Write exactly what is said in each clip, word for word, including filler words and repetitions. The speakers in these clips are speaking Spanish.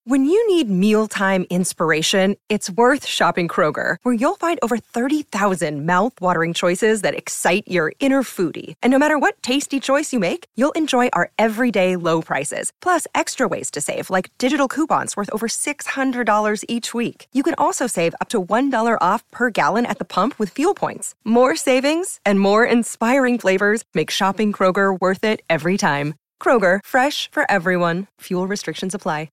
When you need mealtime inspiration, it's worth shopping Kroger, where you'll find over thirty thousand mouth-watering choices that excite your inner foodie. And no matter what tasty choice you make, you'll enjoy our everyday low prices, plus extra ways to save, like digital coupons worth over six hundred dollars each week. You can also save up to one dollar off per gallon at the pump with fuel points. More savings and more inspiring flavors make shopping Kroger worth it every time. Kroger, fresh for everyone. Fuel restrictions apply.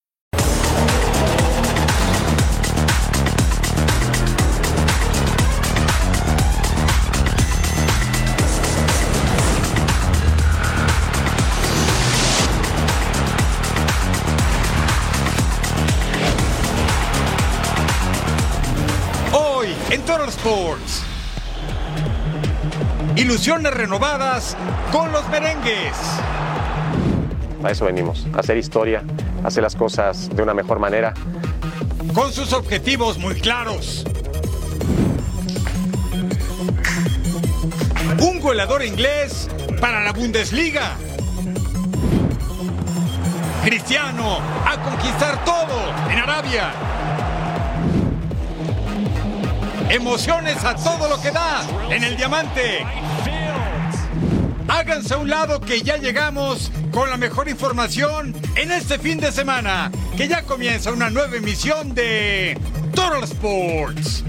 En Total Sports, ilusiones renovadas con los merengues. A eso venimos, a hacer historia, a hacer las cosas de una mejor manera. Con sus objetivos muy claros. Un goleador inglés para la Bundesliga. Cristiano a conquistar todo en Arabia. Emociones a todo lo que da en el diamante. Háganse a un lado que ya llegamos con la mejor información en este fin de semana, que ya comienza una nueva emisión de Total Sports.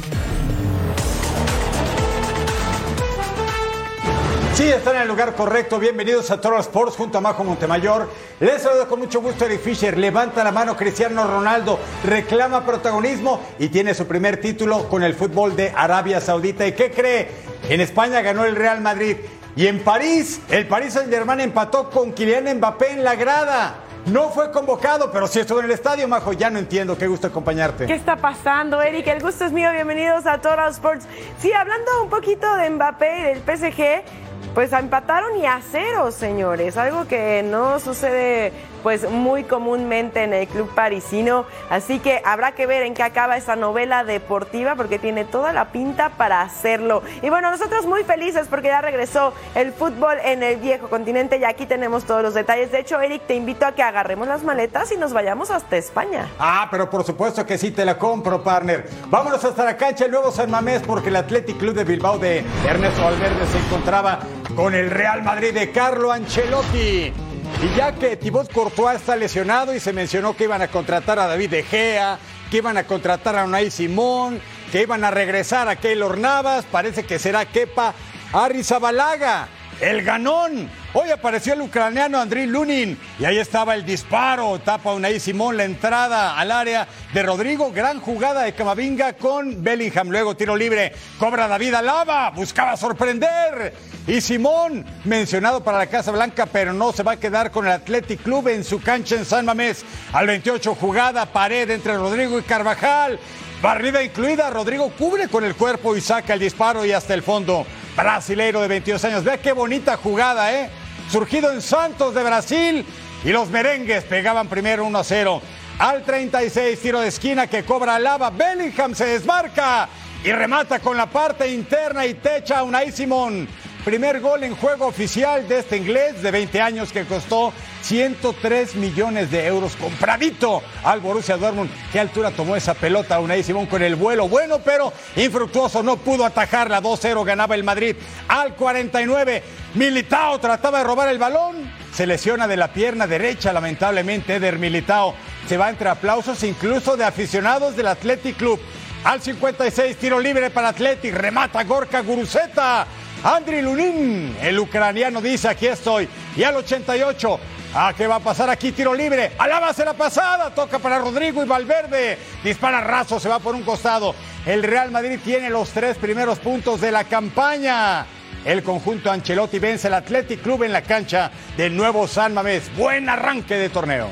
Sí, están en el lugar correcto. Bienvenidos a Total Sports junto a Majo Montemayor. Les saludo con mucho gusto Eric Fisher. Levanta la mano Cristiano Ronaldo. Reclama protagonismo y tiene su primer título con el fútbol de Arabia Saudita. ¿Y qué cree? En España ganó el Real Madrid. Y en París, el Paris Saint-Germain empató con Kylian Mbappé en la grada. No fue convocado, pero sí estuvo en el estadio, Majo. Ya no entiendo. Qué gusto acompañarte. ¿Qué está pasando, Eric? El gusto es mío. Bienvenidos a Total Sports. Sí, hablando un poquito de Mbappé y del P S G, pues empataron y a cero, señores. Algo que no sucede pues muy comúnmente en el club parisino. Así que habrá que ver en qué acaba esta novela deportiva, porque tiene toda la pinta para hacerlo. Y bueno, nosotros muy felices porque ya regresó el fútbol en el viejo continente y aquí tenemos todos los detalles. De hecho, Eric, te invito a que agarremos las maletas y nos vayamos hasta España. Ah, pero por supuesto que sí te la compro, partner. Vámonos hasta la cancha, el nuevo San Mamés, porque el Athletic Club de Bilbao de Ernesto Valverde se encontraba con el Real Madrid de Carlo Ancelotti. Y ya que Thibaut Courtois está lesionado y se mencionó que iban a contratar a David De Gea, que iban a contratar a Unai Simón, que iban a regresar a Keylor Navas, parece que será Kepa Arrizabalaga, el ganón. Hoy apareció el ucraniano Andriy Lunin y ahí estaba el disparo, tapa Unai Simón la entrada al área de Rodrigo, gran jugada de Camavinga con Bellingham, luego tiro libre, cobra David Alaba, buscaba sorprender y Simón, mencionado para la Casa Blanca, pero no se va a quedar con el Athletic Club en su cancha en San Mamés. Al veintiocho, jugada, pared entre Rodrigo y Carvajal, barrida incluida, Rodrigo cubre con el cuerpo y saca el disparo y hasta el fondo. Brasileiro de veintidós años, vea qué bonita jugada, ¿eh? Surgido en Santos de Brasil y los merengues pegaban primero uno a cero. Al treinta y seis, tiro de esquina que cobra Alaba, Bellingham se desmarca y remata con la parte interna y techa a Unai Simón. Primer gol en juego oficial de este inglés de veinte años que costó ciento tres millones de euros compradito al Borussia Dortmund. ¿Qué altura tomó esa pelota Unai Simón con el vuelo? Bueno, pero infructuoso, no pudo atajarla. dos cero ganaba el Madrid. Al cuarenta y nueve, Militao trataba de robar el balón. Se lesiona de la pierna derecha, lamentablemente, Eder Militao. Se va entre aplausos incluso de aficionados del Athletic Club. Al cincuenta y seis, tiro libre para Athletic. Remata Gorka Guruceta. Andriy Lunin, el ucraniano, dice: aquí estoy. Y al ochenta y ocho, ¿a qué va a pasar aquí? Tiro libre. Alaba hace la pasada, toca para Rodrigo y Valverde. Dispara raso, se va por un costado. El Real Madrid tiene los tres primeros puntos de la campaña. El conjunto Ancelotti vence al Athletic Club en la cancha del nuevo San Mamés. Buen arranque de torneo.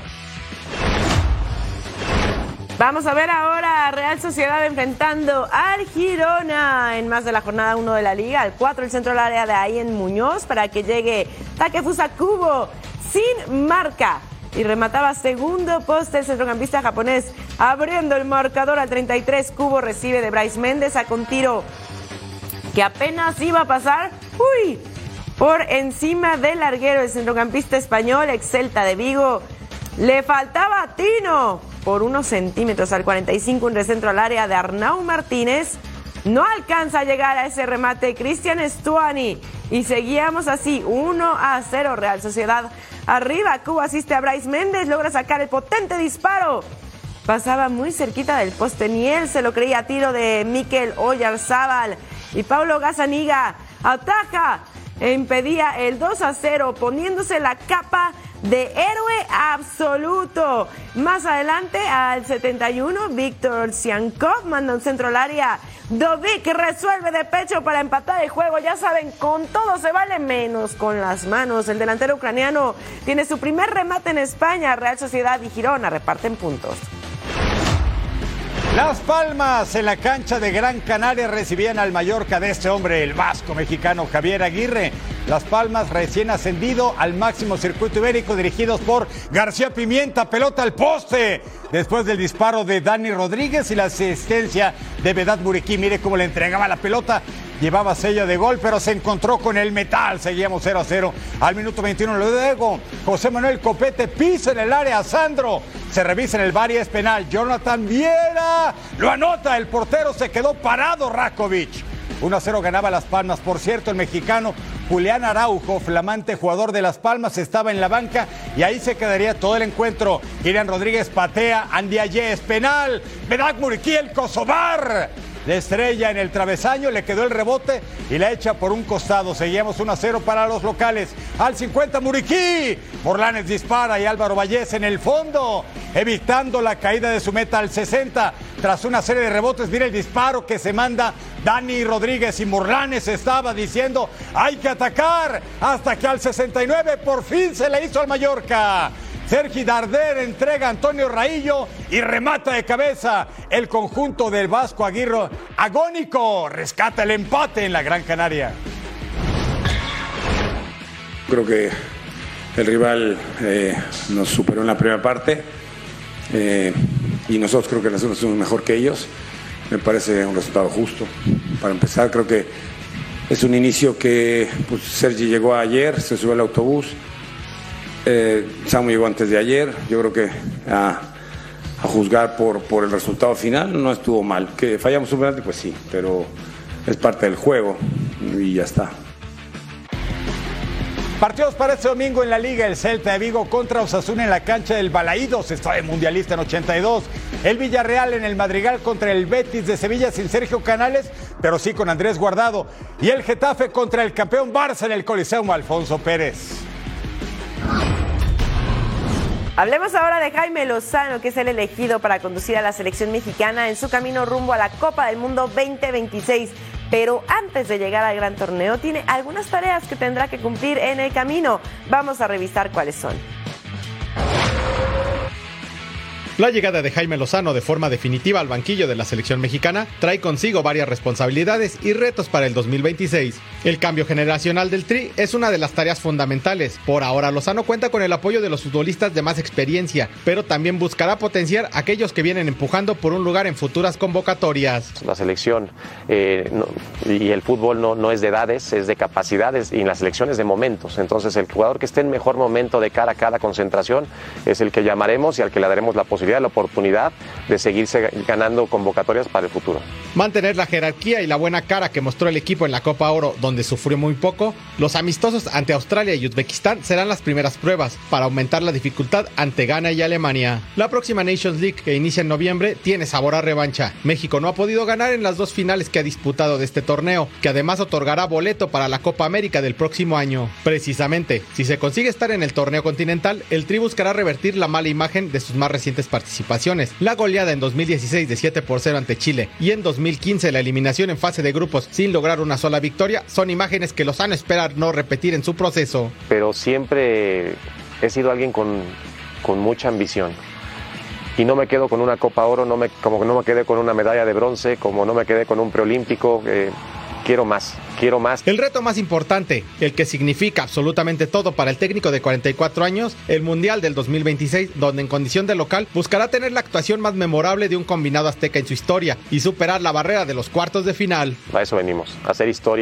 Vamos a ver ahora a Real Sociedad enfrentando al Girona en más de la jornada uno de la Liga. Al cuatro, el centro del área de ahí en Muñoz para que llegue Takefusa Kubo sin marca. Y remataba segundo poste el centrocampista japonés, abriendo el marcador al treinta y tres. Kubo recibe de Brais Méndez, saca un tiro que apenas iba a pasar. ¡Uy! Por encima del larguero, el centrocampista español, ex Celta de Vigo. Le faltaba tino por unos centímetros al cuarenta y cinco, un recentro al área de Arnau Martínez. No alcanza a llegar a ese remate Cristian Stuani y seguíamos así, uno a cero, Real Sociedad arriba. Cuba asiste a Bryce Méndez, logra sacar el potente disparo. Pasaba muy cerquita del poste, ni él se lo creía. Tiro de Mikel Oyarzábal y Paulo Gazzaniga ataja e impedía el dos a cero, poniéndose la capa de héroe absoluto. Más adelante, al setenta y uno, Víctor Siankov manda un centro al área. Dovic resuelve de pecho para empatar el juego. Ya saben, con todo se vale, menos con las manos. El delantero ucraniano tiene su primer remate en España. Real Sociedad y Girona reparten puntos. Las Palmas en la cancha de Gran Canaria recibían al Mallorca de este hombre, el vasco mexicano Javier Aguirre. Las Palmas recién ascendido al máximo circuito ibérico, dirigidos por García Pimienta, pelota al poste. Después del disparo de Dani Rodríguez y la asistencia de Vedat Muriqui, mire cómo le entregaba la pelota. Llevaba sello de gol, pero se encontró con el metal. Seguíamos cero a cero. Al minuto veintiuno, luego José Manuel Copete pisa en el área a Sandro. Se revisa en el V A R y es penal. Jonathan Viera lo anota. El portero se quedó parado, Rakovic. uno a cero ganaba Las Palmas. Por cierto, el mexicano Julián Araujo, flamante jugador de Las Palmas, estaba en la banca y ahí se quedaría todo el encuentro. Irian Rodríguez patea, Andy Ayé es penal. Vedat Muriqui, el Kosovar. La estrella en el travesaño, le quedó el rebote y la echa por un costado. Seguíamos uno a cero para los locales. Al cincuenta, Muriqui. Morlanes dispara y Álvaro Vallés en el fondo, evitando la caída de su meta al sesenta. Tras una serie de rebotes, mira el disparo que se manda Dani Rodríguez y Morlanes estaba diciendo hay que atacar, hasta que al sesenta y nueve por fin se le hizo al Mallorca. Sergi Darder entrega a Antonio Raillo y remata de cabeza. El conjunto del Vasco Aguirre agónico rescata el empate en la Gran Canaria. Creo que el rival eh, nos superó en la primera parte eh, y nosotros creo que nosotros somos mejor que ellos. Me parece un resultado justo. Para empezar, creo que es un inicio que pues, Sergi llegó ayer, se subió al autobús. Eh, Samu llegó antes de ayer. Yo creo que a, a juzgar por, por el resultado final no estuvo mal. Que fallamos un penalti, pues sí, pero es parte del juego y ya está. Partidos para este domingo en la Liga. El Celta de Vigo contra Osasuna en la cancha del Balaídos, estadio mundialista en ochenta y dos. El Villarreal en el Madrigal contra el Betis de Sevilla sin Sergio Canales, pero sí con Andrés Guardado. Y el Getafe contra el campeón Barça en el Coliseum Alfonso Pérez. Hablemos ahora de Jaime Lozano, que es el elegido para conducir a la selección mexicana en su camino rumbo a la Copa del Mundo veinte veintiséis. Pero antes de llegar al gran torneo, tiene algunas tareas que tendrá que cumplir en el camino. Vamos a revisar cuáles son. La llegada de Jaime Lozano de forma definitiva al banquillo de la selección mexicana trae consigo varias responsabilidades y retos para el dos mil veintiséis. El cambio generacional del Tri es una de las tareas fundamentales. Por ahora, Lozano cuenta con el apoyo de los futbolistas de más experiencia, pero también buscará potenciar a aquellos que vienen empujando por un lugar en futuras convocatorias. La selección eh, no, y el fútbol no, no es de edades, es de capacidades, y en la selección es de momentos. Entonces, el jugador que esté en mejor momento de cara a cada concentración es el que llamaremos y al que le daremos la posibilidad, la oportunidad de seguirse ganando convocatorias para el futuro. Mantener la jerarquía y la buena cara que mostró el equipo en la Copa Oro, donde sufrió muy poco, los amistosos ante Australia y Uzbekistán serán las primeras pruebas para aumentar la dificultad ante Ghana y Alemania. La próxima Nations League, que inicia en noviembre, tiene sabor a revancha. México no ha podido ganar en las dos finales que ha disputado de este torneo, que además otorgará boleto para la Copa América del próximo año. Precisamente, si se consigue estar en el torneo continental, el Tri buscará revertir la mala imagen de sus más recientes participaciones. La goleada en dos mil dieciséis de siete por cero ante Chile y en dos mil quince la eliminación en fase de grupos sin lograr una sola victoria son imágenes que Lozano espera no repetir en su proceso. Pero siempre he sido alguien con, con mucha ambición. Y no me quedo con una Copa Oro, no me, como no me quedé con una medalla de bronce, como no me quedé con un preolímpico. Eh, quiero más, quiero más. El reto más importante, el que significa absolutamente todo para el técnico de cuarenta y cuatro años, el Mundial del dos mil veintiséis, donde en condición de local buscará tener la actuación más memorable de un combinado azteca en su historia y superar la barrera de los cuartos de final. A eso venimos, a hacer historia,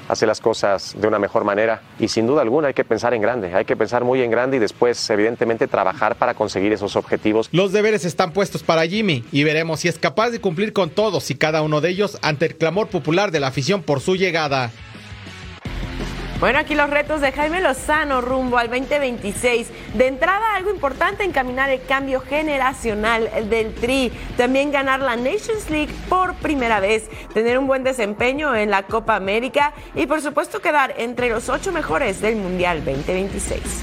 hacer las cosas de una mejor manera y sin duda alguna hay que pensar en grande, hay que pensar muy en grande y después evidentemente trabajar para conseguir esos objetivos. Los deberes están puestos para Jimmy y veremos si es capaz de cumplir con todos y cada uno de ellos ante el clamor popular de la afición por su llegada. Bueno, aquí los retos de Jaime Lozano rumbo al veinte veintiséis. De entrada, algo importante, encaminar el cambio generacional del Tri. También ganar la Nations League por primera vez. Tener un buen desempeño en la Copa América. Y, por supuesto, quedar entre los ocho mejores del Mundial veinte veintiséis.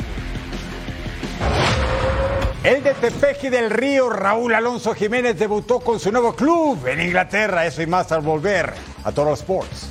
El de Tepeji del Río, Raúl Alonso Jiménez, debutó con su nuevo club en Inglaterra. Eso y más al volver a Total Sports.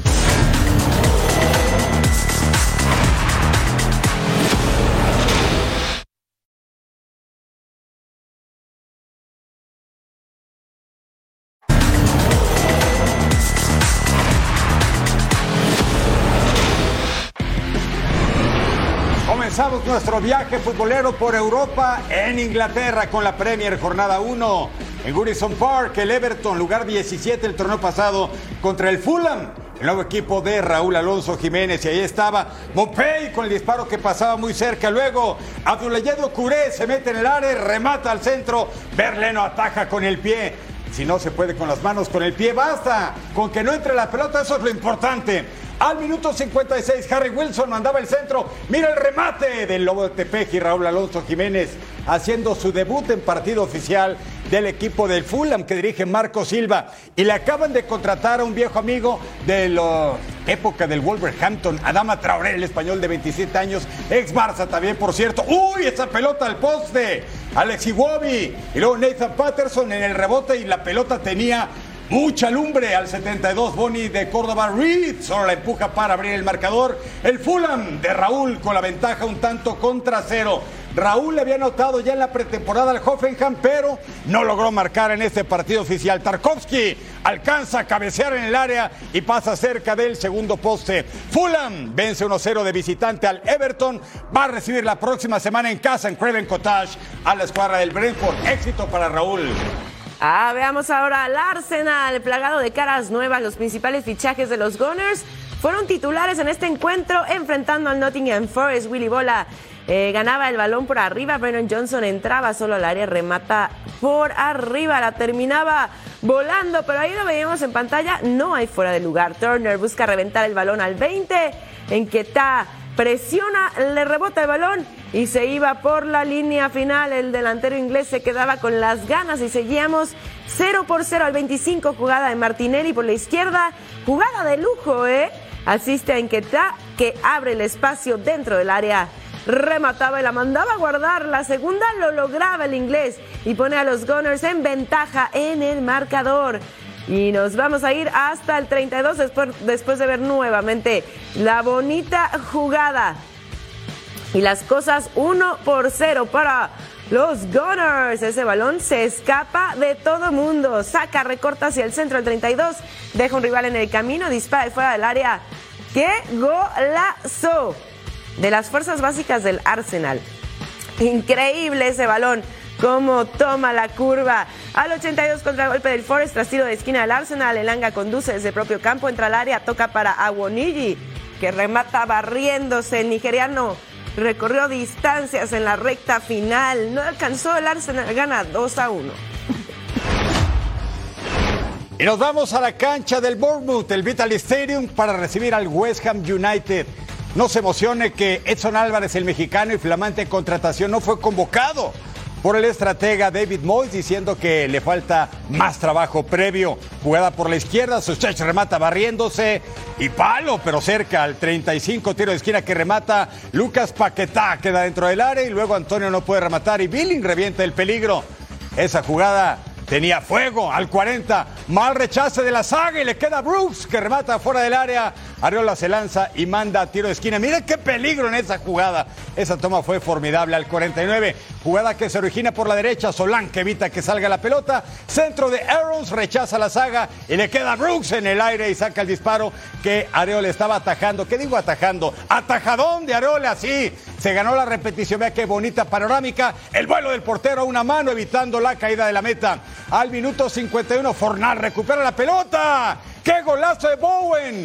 Comenzamos nuestro viaje futbolero por Europa en Inglaterra con la Premier Jornada uno. En Goodison Park, el Everton, lugar diecisiete el torneo pasado, contra el Fulham, el nuevo equipo de Raúl Alonso Jiménez. Y ahí estaba Mopey con el disparo que pasaba muy cerca. Luego Abdoulaye Doucouré se mete en el área, remata al centro. Berleno ataja con el pie. Si no se puede con las manos, con el pie basta. Con que no entre la pelota, eso es lo importante. Al minuto cincuenta y seis, Harry Wilson mandaba el centro. Mira el remate del Lobo de Tepeji, Raúl Alonso Jiménez, haciendo su debut en partido oficial del equipo del Fulham que dirige Marco Silva. Y le acaban de contratar a un viejo amigo de la época del Wolverhampton, Adama Traoré, el español de veintisiete años, ex Barça también, por cierto. ¡Uy! Esa pelota al poste. Alex Iwobi. Y luego Nathan Patterson en el rebote y la pelota tenía mucha lumbre. Al setenta y dos, Boni de Córdoba. Reed solo la empuja para abrir el marcador. El Fulham de Raúl con la ventaja un tanto contra cero. Raúl le había anotado ya en la pretemporada al Hoffenheim, pero no logró marcar en este partido oficial. Tarkowski alcanza a cabecear en el área y pasa cerca del segundo poste. Fulham vence uno cero de visitante al Everton. Va a recibir la próxima semana en casa en Craven Cottage a la escuadra del Brentford. Éxito para Raúl. Ah, veamos ahora al Arsenal, plagado de caras nuevas. Los principales fichajes de los Gunners fueron titulares en este encuentro, enfrentando al Nottingham Forest. Willy Bola eh, ganaba el balón por arriba, Brennan Johnson entraba solo al área, remata por arriba, la terminaba volando, pero ahí lo veíamos en pantalla, no hay fuera de lugar. Turner busca reventar el balón al veinte, Enquetá presiona, le rebota el balón y se iba por la línea final. El delantero inglés se quedaba con las ganas y seguíamos cero por cero al veinticinco. Jugada de Martinelli por la izquierda, jugada de lujo, ¿eh? Asiste a Enquetá, que abre el espacio dentro del área, remataba y la mandaba a guardar. La segunda lo lograba el inglés y pone a los Gunners en ventaja en el marcador. Y nos vamos a ir hasta el treinta y dos después, después de ver nuevamente la bonita jugada. Y las cosas uno por cero para los Gunners. Ese balón se escapa de todo mundo. Saca, recorta hacia el centro del treinta y dos. Deja un rival en el camino, dispara de fuera del área. ¡Qué golazo! De las fuerzas básicas del Arsenal. Increíble ese balón. Cómo toma la curva. Al ochenta y dos, contragolpe del Forest tras tiro de esquina del Arsenal. Elanga conduce desde el propio campo, entra al área, toca para Awoniyi, que remata barriéndose. El nigeriano recorrió distancias en la recta final. No alcanzó, el Arsenal gana dos a uno. Y nos vamos a la cancha del Bournemouth, el Vitality Stadium, para recibir al West Ham United. No se emocione que Edson Álvarez, el mexicano y flamante contratación, no fue convocado por el estratega David Moyes, diciendo que le falta más trabajo previo. Jugada por la izquierda, Suchech remata barriéndose y palo, pero cerca al treinta y cinco, tiro de esquina que remata Lucas Paquetá, queda dentro del área y luego Antonio no puede rematar y Billing revienta el peligro. Esa jugada tenía fuego. Al cuarenta, mal rechace de la saga y le queda Brooks, que remata fuera del área. Arriola se lanza y manda tiro de esquina. Miren qué peligro en esa jugada. Esa toma fue formidable. Al cuarenta y nueve, jugada que se origina por la derecha. Solán que evita que salga la pelota. Centro de Aarons, rechaza la saga y le queda Brooks en el aire y saca el disparo que Arriola estaba atajando. ¿Qué digo atajando? Atajadón de Arriola, sí. Se ganó la repetición. Vea qué bonita panorámica. El vuelo del portero a una mano evitando la caída de la meta. Al minuto cincuenta y uno, Fornal recupera la pelota. ¡Qué golazo de Bowen!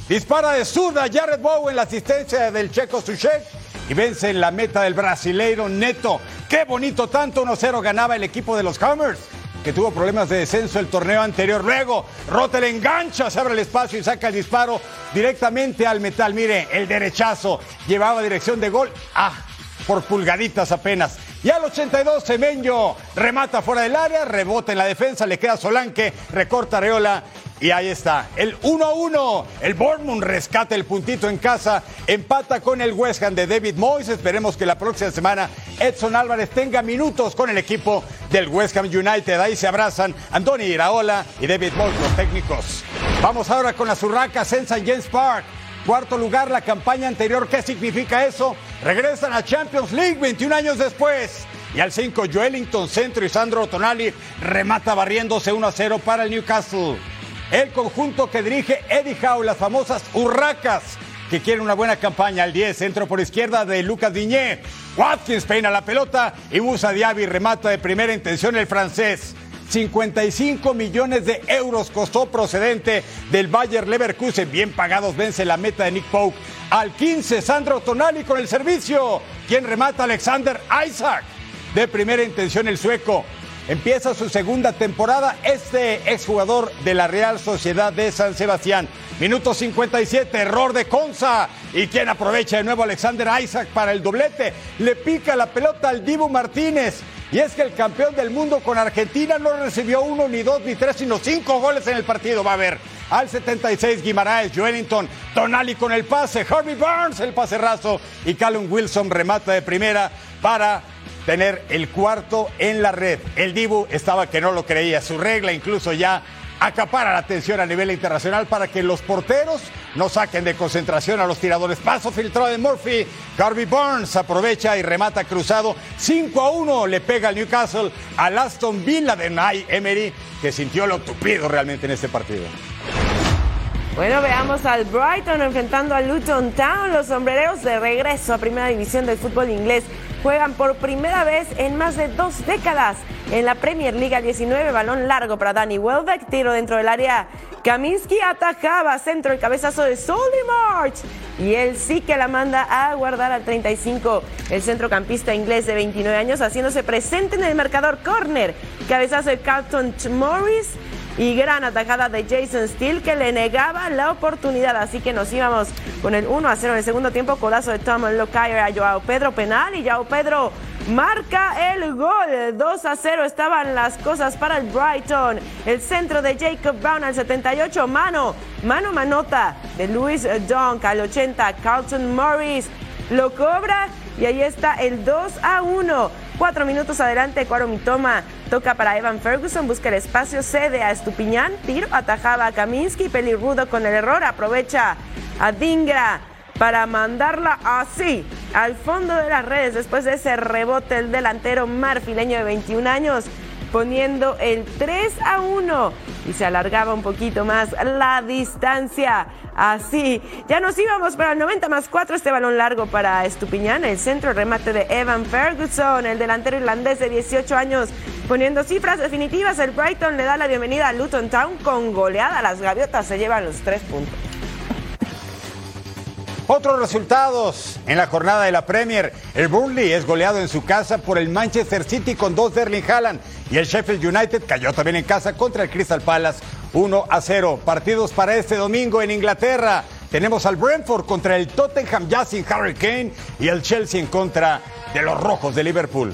Dispara de zurda Jared Bowen, la asistencia del checo Suchek y vence en la meta del brasileiro Neto. ¡Qué bonito! Tanto uno cero ganaba el equipo de los Hammers, que tuvo problemas de descenso el torneo anterior. Luego, Rotter engancha, se abre el espacio y saca el disparo directamente al metal. Mire, el derechazo llevaba dirección de gol. ¡Ah! Por pulgaditas apenas. Y al ochenta y dos, Semenyo remata fuera del área, rebota en la defensa, le queda Solanke, recorta Areola y ahí está. El uno a uno. El Bournemouth rescata el puntito en casa, empata con el West Ham de David Moyes. Esperemos que la próxima semana Edson Álvarez tenga minutos con el equipo del West Ham United. Ahí se abrazan Andoni Iraola y David Moyes, los técnicos. Vamos ahora con las Urracas en Saint James Park. Cuarto lugar, la campaña anterior. ¿Qué significa eso? Regresan a Champions League veintiún años después. Y al cinco, Joelinton Centro y Sandro Tonali remata barriéndose uno a cero para el Newcastle. El conjunto que dirige Eddie Howe, las famosas Urracas, que quieren una buena campaña. Al diez, centro por izquierda de Lucas Digne. Watkins peina la pelota y Moussa Diaby remata de primera intención el francés. cincuenta y cinco millones de euros costó procedente del Bayer Leverkusen. Bien pagados, vence la meta de Nick Pope. Al quince, Sandro Tonali con el servicio. Quien remata, Alexander Isaac. De primera intención el sueco. Empieza su segunda temporada este exjugador de la Real Sociedad de San Sebastián. Minuto cincuenta y siete, error de Konsa. Y quien aprovecha de nuevo, Alexander Isaac para el doblete. Le pica la pelota al Dibu Martínez. Y es que el campeón del mundo con Argentina no recibió uno, ni dos, ni tres, sino cinco goles en el partido. Va a haber al setenta y seis Guimaraes, Joelinton, Tonali con el pase, Harvey Barnes el pase raso y Callum Wilson remata de primera para tener el cuarto en la red. El Dibu estaba que no lo creía. Su regla incluso ya acapara la atención a nivel internacional para que los porteros no saquen de concentración a los tiradores. Paso filtrado de Murphy. Harvey Barnes aprovecha y remata cruzado. cinco a uno le pega al Newcastle al Aston Villa de Unai Emery, que sintió lo tupido realmente en este partido. Bueno, veamos al Brighton enfrentando a Luton Town. Los sombrereros de regreso a primera división del fútbol inglés juegan por primera vez en más de dos décadas en la Premier League. Al diecinueve, balón largo para Danny Welbeck, tiro dentro del área. Kaminsky atajaba, centro, el cabezazo de Solly March. Y él sí que la manda a guardar al treinta y cinco. El centrocampista inglés de veintinueve años haciéndose presente en el marcador. Córner, cabezazo de Carlton Morris. Y gran atajada de Jason Steele que le negaba la oportunidad. Así que nos íbamos con el uno a cero en el segundo tiempo. Codazo de Tom Lockyer a Joao Pedro, penal. Y Joao Pedro marca el gol. dos a cero estaban las cosas para el Brighton. El centro de Jacob Brown al setenta y ocho. Mano, mano manota de Lewis Dunk al ochenta. Carlton Morris lo cobra. Y ahí está el dos a uno. Cuatro minutos adelante, Kwara Mitoma toca para Evan Ferguson, busca el espacio, cede a Estupiñán, tiro, atajaba a Kaminsky, Pelirrudo con el error, aprovecha a Dingra para mandarla así al fondo de las redes. Después de ese rebote, el delantero marfileño de veintiún años poniendo el tres a uno y se alargaba un poquito más la distancia. Así, ya nos íbamos para el noventa más cuatro, este balón largo para Estupiñán, el centro, remate de Evan Ferguson, el delantero irlandés de dieciocho años, poniendo cifras definitivas. El Brighton le da la bienvenida a Luton Town con goleada. Las gaviotas se llevan los tres puntos. Otros resultados en la jornada de la Premier. El Burnley es goleado en su casa por el Manchester City con dos de Erling Haaland. Y el Sheffield United cayó también en casa contra el Crystal Palace uno a cero. Partidos para este domingo en Inglaterra. Tenemos al Brentford contra el Tottenham ya sin Harry Kane y el Chelsea en contra de los Rojos de Liverpool.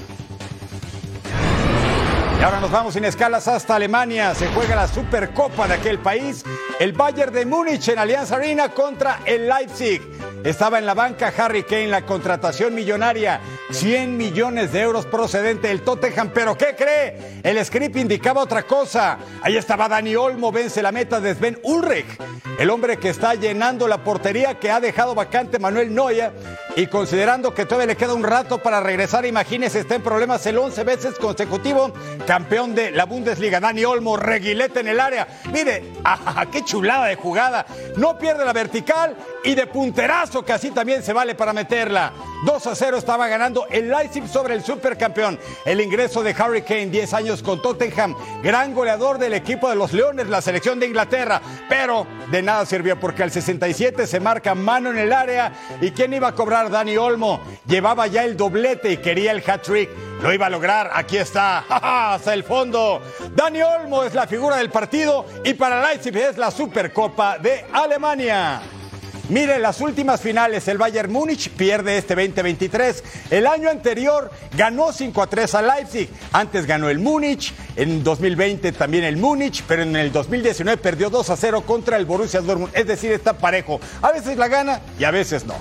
Y ahora nos vamos sin escalas hasta Alemania. Se juega la Supercopa de aquel país. El Bayern de Múnich en Allianz Arena contra el Leipzig. Estaba en la banca Harry Kane, la contratación millonaria, cien millones de euros procedente del Tottenham. ¿Pero qué cree? El script indicaba otra cosa. Ahí estaba Dani Olmo, vence la meta de Sven Ulreich, el hombre que está llenando la portería que ha dejado vacante Manuel Neuer, y considerando que todavía le queda un rato para regresar, imagínese, está en problemas el once veces consecutivo campeón de la Bundesliga, Dani Olmo, reguilete en el área. Mire, ¡ah, qué chulada de jugada! No pierde la vertical y de punterazo, que así también se vale para meterla. dos a cero estaba ganando el Leipzig sobre el supercampeón. El ingreso de Harry Kane, diez años con Tottenham, gran goleador del equipo de los Leones, la selección de Inglaterra, pero de nada sirvió porque al sesenta y siete se marca mano en el área. ¿Y quién iba a cobrar? Dani Olmo. Llevaba ya el doblete y quería el hat-trick. Lo iba a lograr, aquí está, hasta el fondo. Dani Olmo es la figura del partido y para Leipzig es la Supercopa de Alemania. Mire, las últimas finales, el Bayern Múnich pierde este veinte veintitrés. El año anterior ganó cinco a tres a Leipzig. Antes ganó el Múnich, en dos mil veinte también el Múnich, pero en el dos mil diecinueve perdió dos a cero contra el Borussia Dortmund. Es decir, está parejo. A veces la gana y a veces no.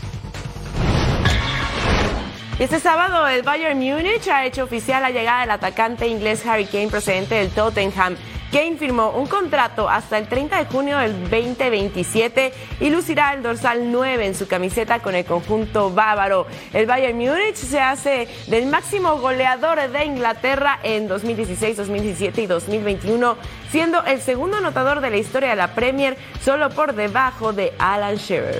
Este sábado el Bayern Múnich ha hecho oficial la llegada del atacante inglés Harry Kane procedente del Tottenham. Kane firmó un contrato hasta el treinta de junio del veinte veintisiete y lucirá el dorsal nueve en su camiseta con el conjunto bávaro. El Bayern Múnich se hace del máximo goleador de Inglaterra en dos mil dieciséis, dos mil diecisiete y dos mil veintiuno, siendo el segundo anotador de la historia de la Premier, solo por debajo de Alan Shearer.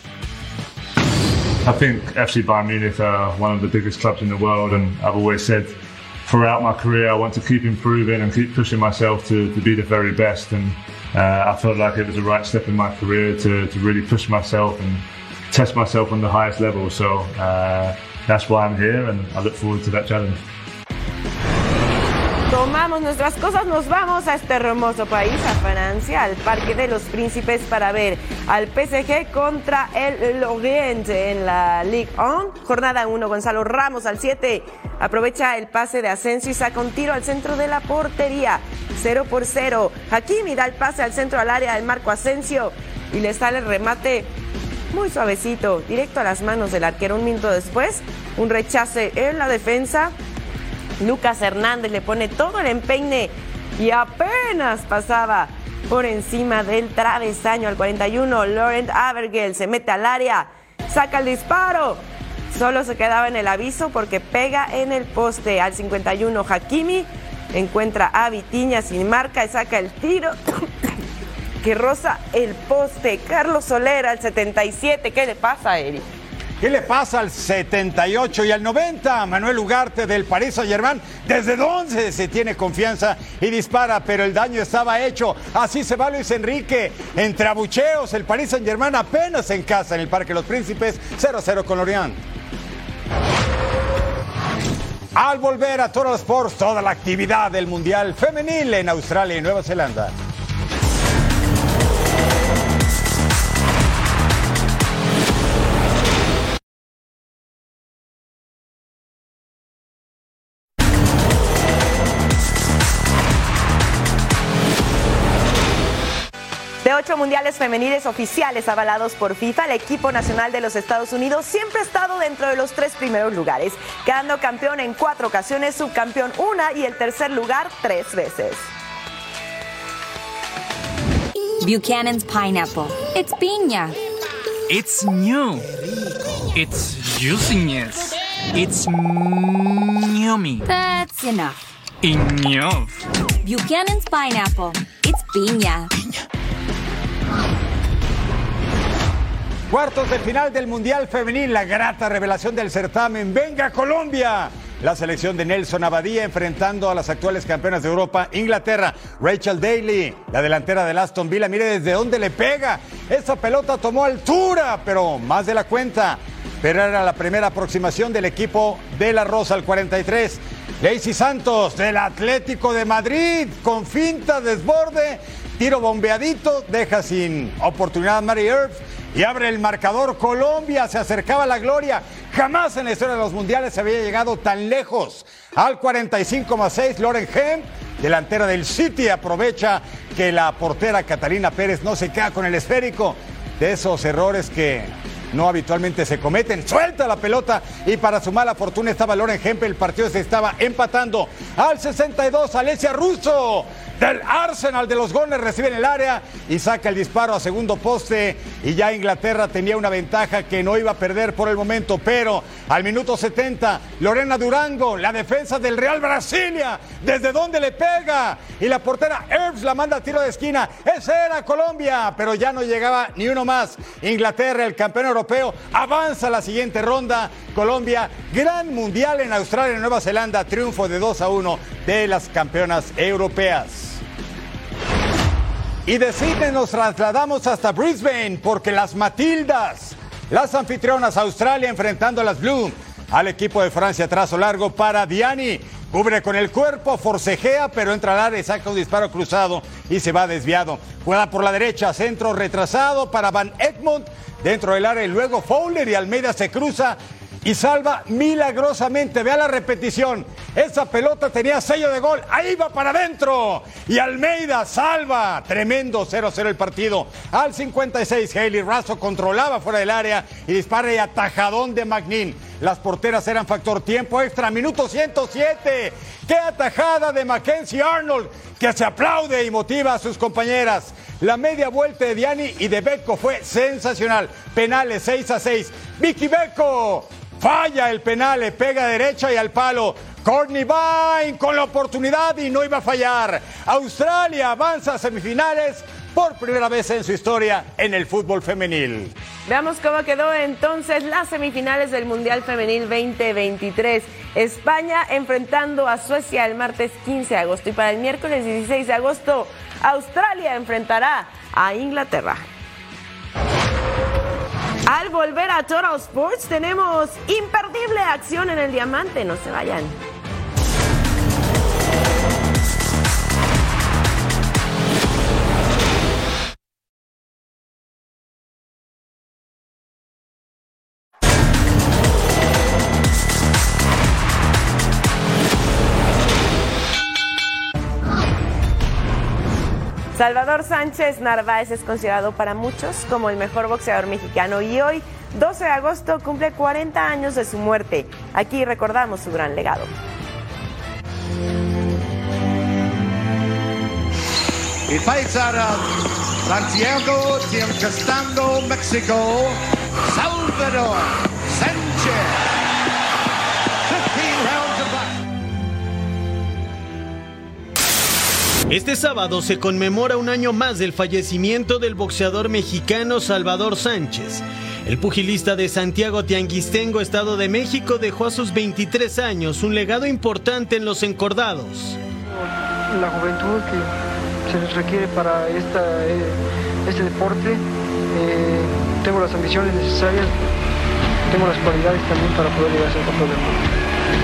I think F C Bayern Munich are one of the biggest clubs in the world, and I've always said throughout my career I want to keep improving and keep pushing myself to, to be the very best, and uh, I felt like it was the right step in my career to, to really push myself and test myself on the highest level, so uh, that's why I'm here and I look forward to that challenge. Tomamos nuestras cosas, nos vamos a este hermoso país, a Francia, al Parque de los Príncipes, para ver al P S G contra el Lorient en la Ligue uno. Jornada uno, Gonzalo Ramos al siete aprovecha el pase de Asensio y saca un tiro al centro de la portería. cero por cero. Hakimi da el pase al centro al área del Marco Asensio y le sale el remate muy suavecito, directo a las manos del arquero. Un minuto después, un rechace en la defensa. Lucas Hernández le pone todo el empeine y apenas pasaba por encima del travesaño. Al cuarenta y uno, Laurent Avergel se mete al área, saca el disparo. Solo se quedaba en el aviso porque pega en el poste. Al cincuenta y uno, Hakimi encuentra a Vitinha sin marca y saca el tiro que roza el poste. Carlos Soler al setenta y siete. ¿Qué le pasa, Eric? ¿Qué le pasa al setenta y ocho y al noventa? Manuel Ugarte del Paris Saint-Germain, ¿desde dónde se tiene confianza y dispara? Pero el daño estaba hecho. Así se va Luis Enrique. Entre abucheos, el Paris Saint-Germain apenas en casa en el Parque de los Príncipes, cero a cero con Lorient. Al volver a Total Sports, toda la actividad del Mundial Femenil en Australia y Nueva Zelanda. De ocho mundiales femeniles oficiales avalados por FIFA, el equipo nacional de los Estados Unidos siempre ha estado dentro de los tres primeros lugares, quedando campeón en cuatro ocasiones, subcampeón una y el tercer lugar tres veces. Buchanan's Pineapple. It's piña. It's new. It's juiciness. It's yummy. That's enough. Enough. Buchanan's Pineapple. It's piña. Cuartos de final del Mundial Femenil, la grata revelación del certamen. ¡Venga Colombia! La selección de Nelson Abadía enfrentando a las actuales campeonas de Europa, Inglaterra. Rachel Daly, la delantera del Aston Villa, mire desde dónde le pega. Esa pelota tomó altura, pero más de la cuenta. Pero era la primera aproximación del equipo de la Rosa al cuarenta y tres. Lacey Santos del Atlético de Madrid con finta, desborde, tiro bombeadito, deja sin oportunidad a Mary Earps y abre el marcador. Colombia se acercaba a la gloria. Jamás en la historia de los mundiales se había llegado tan lejos. Al cuarenta y cinco más seis, Lauren Hemp, delantera del City, aprovecha que la portera Catalina Pérez no se queda con el esférico. De esos errores que no habitualmente se cometen. Suelta la pelota y para su mala fortuna estaba Lauren Hemp. El partido se estaba empatando. Al sesenta y dos, Alessia Russo del Arsenal de los goles, recibe en el área y saca el disparo a segundo poste, y ya Inglaterra tenía una ventaja que no iba a perder por el momento, pero al minuto setenta, Lorena Durango, la defensa del Real Brasilia, desde donde le pega, y la portera Herbs la manda a tiro de esquina. Ese era Colombia, pero ya no llegaba ni uno más. Inglaterra, el campeón europeo, avanza a la siguiente ronda. Colombia, gran mundial en Australia y Nueva Zelanda, triunfo de dos a uno de las campeonas europeas. Y de Sydney nos trasladamos hasta Brisbane, porque las Matildas, las anfitrionas, Australia enfrentando a las Blue, al equipo de Francia, trazo largo para Diani, cubre con el cuerpo, forcejea, pero entra al área y saca un disparo cruzado y se va desviado. Juega por la derecha, centro retrasado para Van Egmond, dentro del área, y luego Fowler y Almeida se cruza y salva milagrosamente. Vea la repetición, esa pelota tenía sello de gol, ahí va para adentro, y Almeida salva, tremendo, cero a cero el partido. Al cincuenta y seis, Hayley Raso controlaba fuera del área y dispara y atajadón de McNeil. Las porteras eran factor. Tiempo extra, minuto ciento siete, qué atajada de Mackenzie Arnold, que se aplaude y motiva a sus compañeras. La media vuelta de Diani y de Becco fue sensacional. Penales seis a seis, Vicky Becco falla el penal, le pega derecha y al palo. Courtney Vine con la oportunidad y no iba a fallar. Australia avanza a semifinales por primera vez en su historia en el fútbol femenil. Veamos cómo quedó entonces las semifinales del Mundial Femenil veinte veintitrés. España enfrentando a Suecia el martes quince de agosto, y para el miércoles dieciséis de agosto Australia enfrentará a Inglaterra. Al volver a Total Sports tenemos imperdible acción en el diamante, no se vayan. Salvador Sánchez Narváez es considerado para muchos como el mejor boxeador mexicano, y hoy, doce de agosto, cumple cuarenta años de su muerte. Aquí recordamos su gran legado. Y fights out of Santiago del Estado, México, Salvador Sánchez. fifteen rounds of boxing. Este sábado se conmemora un año más del fallecimiento del boxeador mexicano Salvador Sánchez. El pugilista de Santiago Tianguistengo, Estado de México, dejó a sus veintitrés años un legado importante en los encordados. La juventud que se les requiere para esta, este deporte, eh, tengo las ambiciones necesarias, tengo las cualidades también para poder llegar a ser campeón del mundo.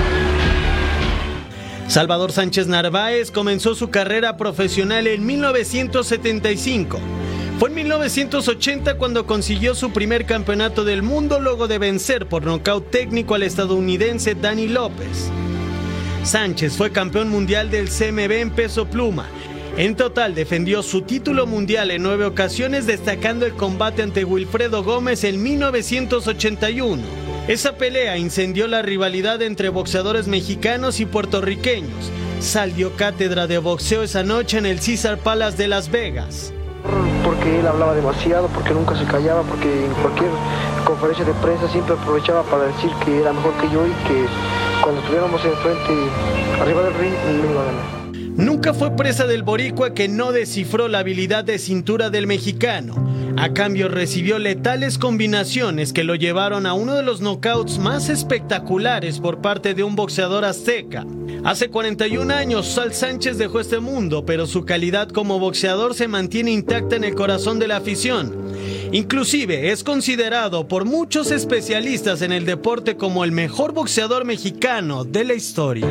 Salvador Sánchez Narváez comenzó su carrera profesional en mil novecientos setenta y cinco. Fue en mil novecientos ochenta cuando consiguió su primer campeonato del mundo, luego de vencer por nocaut técnico al estadounidense Danny López. Sánchez fue campeón mundial del C M B en peso pluma. En total defendió su título mundial en nueve ocasiones, destacando el combate ante Wilfredo Gómez en mil novecientos ochenta y uno. Esa pelea incendió la rivalidad entre boxeadores mexicanos y puertorriqueños. Sal dio cátedra de boxeo esa noche en el Caesars Palace de Las Vegas. Porque él hablaba demasiado, porque nunca se callaba, porque en cualquier conferencia de prensa siempre aprovechaba para decir que era mejor que yo y que cuando estuviéramos enfrente, arriba del ring, él me iba a ganar. Nunca fue presa del boricua, que no descifró la habilidad de cintura del mexicano. A cambio recibió letales combinaciones que lo llevaron a uno de los knockouts más espectaculares por parte de un boxeador azteca. Hace cuarenta y un años Sal Sánchez dejó este mundo, pero su calidad como boxeador se mantiene intacta en el corazón de la afición. Inclusive es considerado por muchos especialistas en el deporte como el mejor boxeador mexicano de la historia.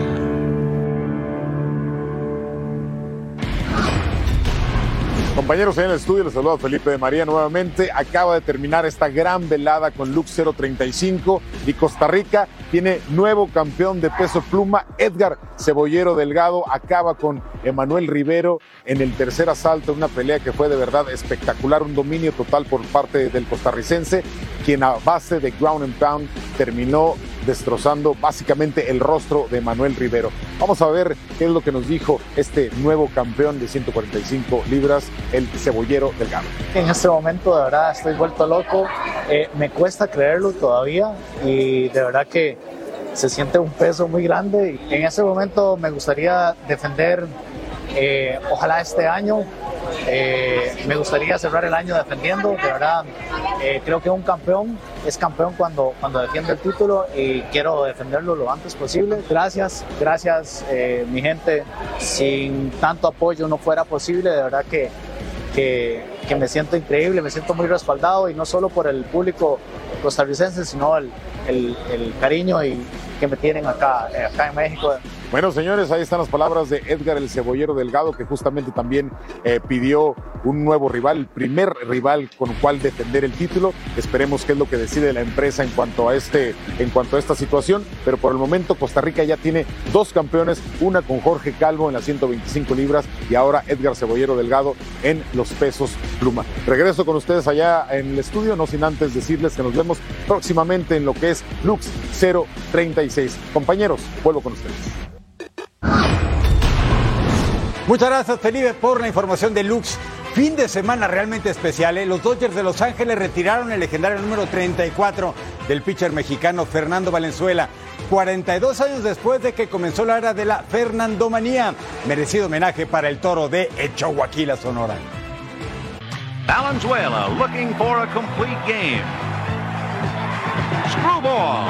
Compañeros, en el estudio les saluda Felipe de María nuevamente. Acaba de terminar esta gran velada con Lux cero treinta y cinco y Costa Rica tiene nuevo campeón de peso pluma. Edgar Cebollero Delgado acaba con Emanuel Rivero en el tercer asalto, una pelea que fue de verdad espectacular, un dominio total por parte del costarricense, quien a base de ground and pound terminó destrozando básicamente el rostro de Manuel Rivero. Vamos a ver qué es lo que nos dijo este nuevo campeón de ciento cuarenta y cinco libras, el Cebollero Delgado. En este momento de verdad estoy vuelto loco, eh, me cuesta creerlo todavía y de verdad que se siente un peso muy grande. En este momento me gustaría defender, eh, ojalá este año, eh, me gustaría cerrar el año defendiendo, de verdad, eh, creo que un campeón es campeón cuando, cuando defiende el título y quiero defenderlo lo antes posible. Gracias, gracias eh, mi gente, sin tanto apoyo no fuera posible, de verdad que, que, que me siento increíble, me siento muy respaldado y no solo por el público costarricense, sino el, el, el cariño y, que me tienen acá, acá en México. Bueno, señores, ahí están las palabras de Edgar el Cebollero Delgado, que justamente también eh, pidió un nuevo rival, el primer rival con el cual defender el título. Esperemos qué es lo que decide la empresa en cuanto a este, en cuanto a esta situación, pero por el momento Costa Rica ya tiene dos campeones, una con Jorge Calvo en las ciento veinticinco libras y ahora Edgar Cebollero Delgado en los pesos pluma. Regreso con ustedes allá en el estudio, no sin antes decirles que nos vemos próximamente en lo que es Lux cero treinta y seis. Compañeros, vuelvo con ustedes. Muchas gracias, Felipe, por la información de Lux. Fin de semana realmente especial, ¿eh? Los Dodgers de Los Ángeles retiraron el legendario número treinta y cuatro del pitcher mexicano Fernando Valenzuela, cuarenta y dos años después de que comenzó la era de la Fernandomanía. Merecido homenaje para el toro de Echoaquila, Sonora. Valenzuela looking for a complete game. Screwball.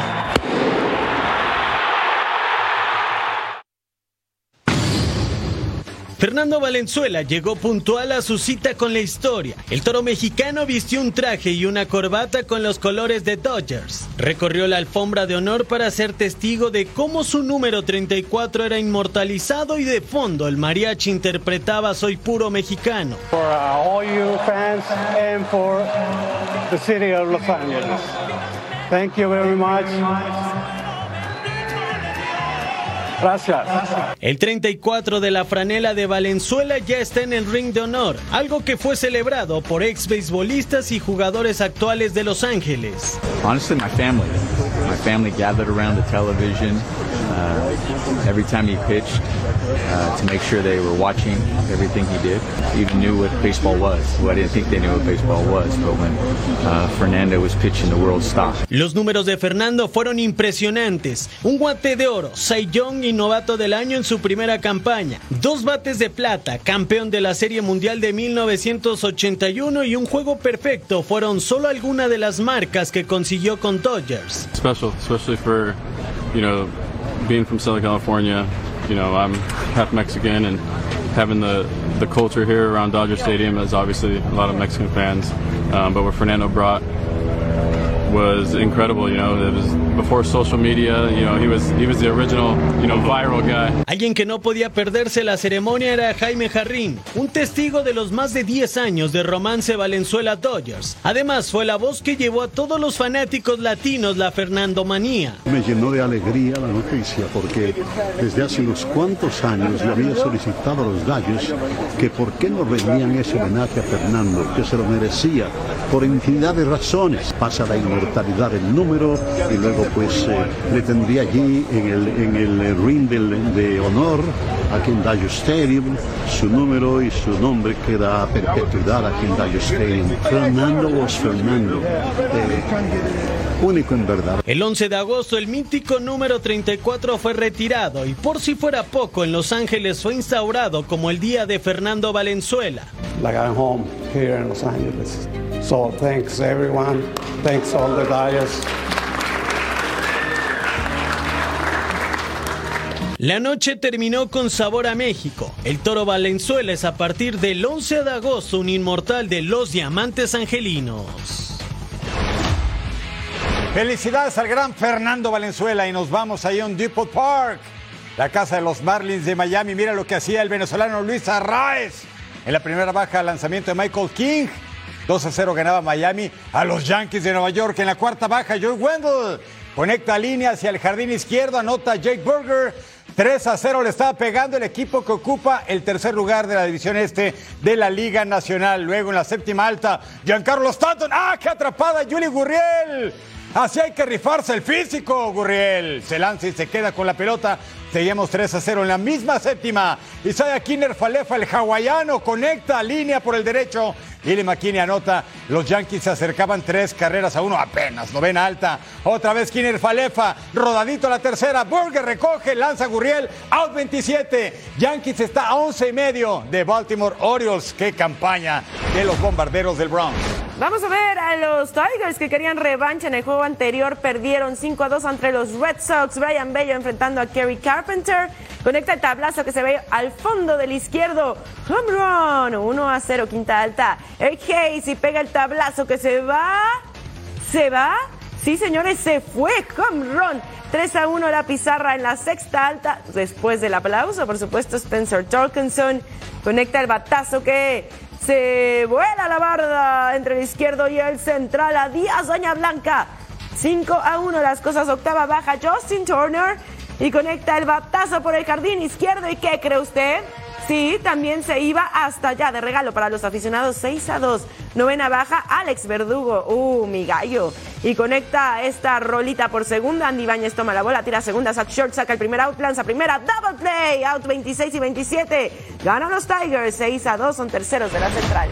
Fernando Valenzuela llegó puntual a su cita con la historia. El toro mexicano vistió un traje y una corbata con los colores de Dodgers. Recorrió la alfombra de honor para ser testigo de cómo su número treinta y cuatro era inmortalizado y de fondo el mariachi interpretaba Soy Puro Mexicano. For uh, all you fans and for the city of Los Angeles. Thank you very much. Gracias. El treinta y cuatro de la franela de Valenzuela ya está en el ring de honor, algo que fue celebrado por ex beisbolistas y jugadores actuales de Los Ángeles. Honestly, my family. My family gathered around the television uh, every time he pitched uh, to make sure they were watching everything he did. Even knew what baseball was. Well, I didn't think they knew what baseball was, but when uh, Fernando was pitching, the world stopped. Los números de Fernando fueron impresionantes. Un guante de oro, Cy Young y novato del año en su primera campaña. Dos bates de plata, campeón de la Serie Mundial de mil novecientos ochenta y uno y un juego perfecto fueron solo algunas de las marcas que consiguió con Dodgers. Special, especially for, you know, being from Southern California. You know, I'm half Mexican and having the, the culture here around Dodger Stadium is obviously a lot of Mexican fans. Um, but what Fernando brought was incredible, you know, it was before social media, you know, he was he was the original, you know, viral guy. Alguien que no podía perderse la ceremonia era Jaime Jarrín, un testigo de los más de diez años de romance Valenzuela Dodgers. Además, fue la voz que llevó a todos los fanáticos latinos la Fernandomanía. Me llenó de alegría la noticia porque desde hace unos cuantos años le había solicitado a los Gallos que por qué no rendían ese homenaje a Fernando, que se lo merecía por infinidad de razones. Pasa la inmortalidad del número y luego pues eh, le tendría allí en el, en el ring del, de honor aquí en Dodger Stadium su número y su nombre queda a perpetuidad aquí en Dodger Stadium. Fernando was Fernando, eh, único en verdad. El once de agosto el mítico número treinta y cuatro fue retirado y por si fuera poco en Los Ángeles fue instaurado como el día de Fernando Valenzuela. Like I'm home here in Los Angeles. So thanks everyone. Thanks all the Dodgers. La noche terminó con sabor a México. El toro Valenzuela es a partir del once de agosto un inmortal de los Diamantes Angelinos. Felicidades al gran Fernando Valenzuela y nos vamos ahí a un Depot Park, la casa de los Marlins de Miami. Mira lo que hacía el venezolano Luis Arraez en la primera baja, lanzamiento de Michael King. dos a cero ganaba Miami a los Yankees de Nueva York. En la cuarta baja, Joey Wendell conecta línea hacia el jardín izquierdo, anota Jake Burger. tres a cero le estaba pegando el equipo que ocupa el tercer lugar de la división este de la Liga Nacional. Luego en la séptima alta, Giancarlo Stanton. ¡Ah, qué atrapada! Yuli Gurriel Así hay que rifarse el físico, Gurriel. Se lanza y se queda con la pelota. Seguimos tres a cero en la misma séptima. Isaiah Kiner-Falefa, el hawaiano, conecta línea por el derecho. Billy McKinney anota. Los Yankees se acercaban tres carreras a uno, apenas. Novena alta. Otra vez Kiner-Falefa. Rodadito a la tercera. Burger recoge, lanza Gurriel. Out veintisiete. Yankees está a once y medio de Baltimore Orioles. Qué campaña de los bombarderos del Bronx. Vamos a ver a los Tigers que querían revancha en el juego anterior. Perdieron cinco a dos ante los Red Sox. Brian Bello enfrentando a Kerry Carpenter. Conecta el tablazo que se ve al fondo del izquierdo. Home run. uno a cero, quinta alta. Eric Hayes y pega el tablazo que se va. ¿Se va? Sí, señores, se fue. Home run. tres a uno la pizarra en la sexta alta. Después del aplauso, por supuesto, Spencer Torkelson conecta el batazo que se vuela la barda entre el izquierdo y el central. Adiós, Doña Blanca. cinco a uno las cosas, octava baja. Justin Turner y conecta el batazo por el jardín izquierdo. ¿Y qué cree usted? Sí, también se iba hasta allá de regalo para los aficionados. seis a dos. Novena baja, Alex Verdugo. Uh, mi gallo. Y conecta esta rolita por segunda. Andy Bañez toma la bola, tira segunda, saca short, saca el primer out, lanza primera, double play. Out veintiséis y veintisiete. Ganan los Tigers. seis a dos, son terceros de la central.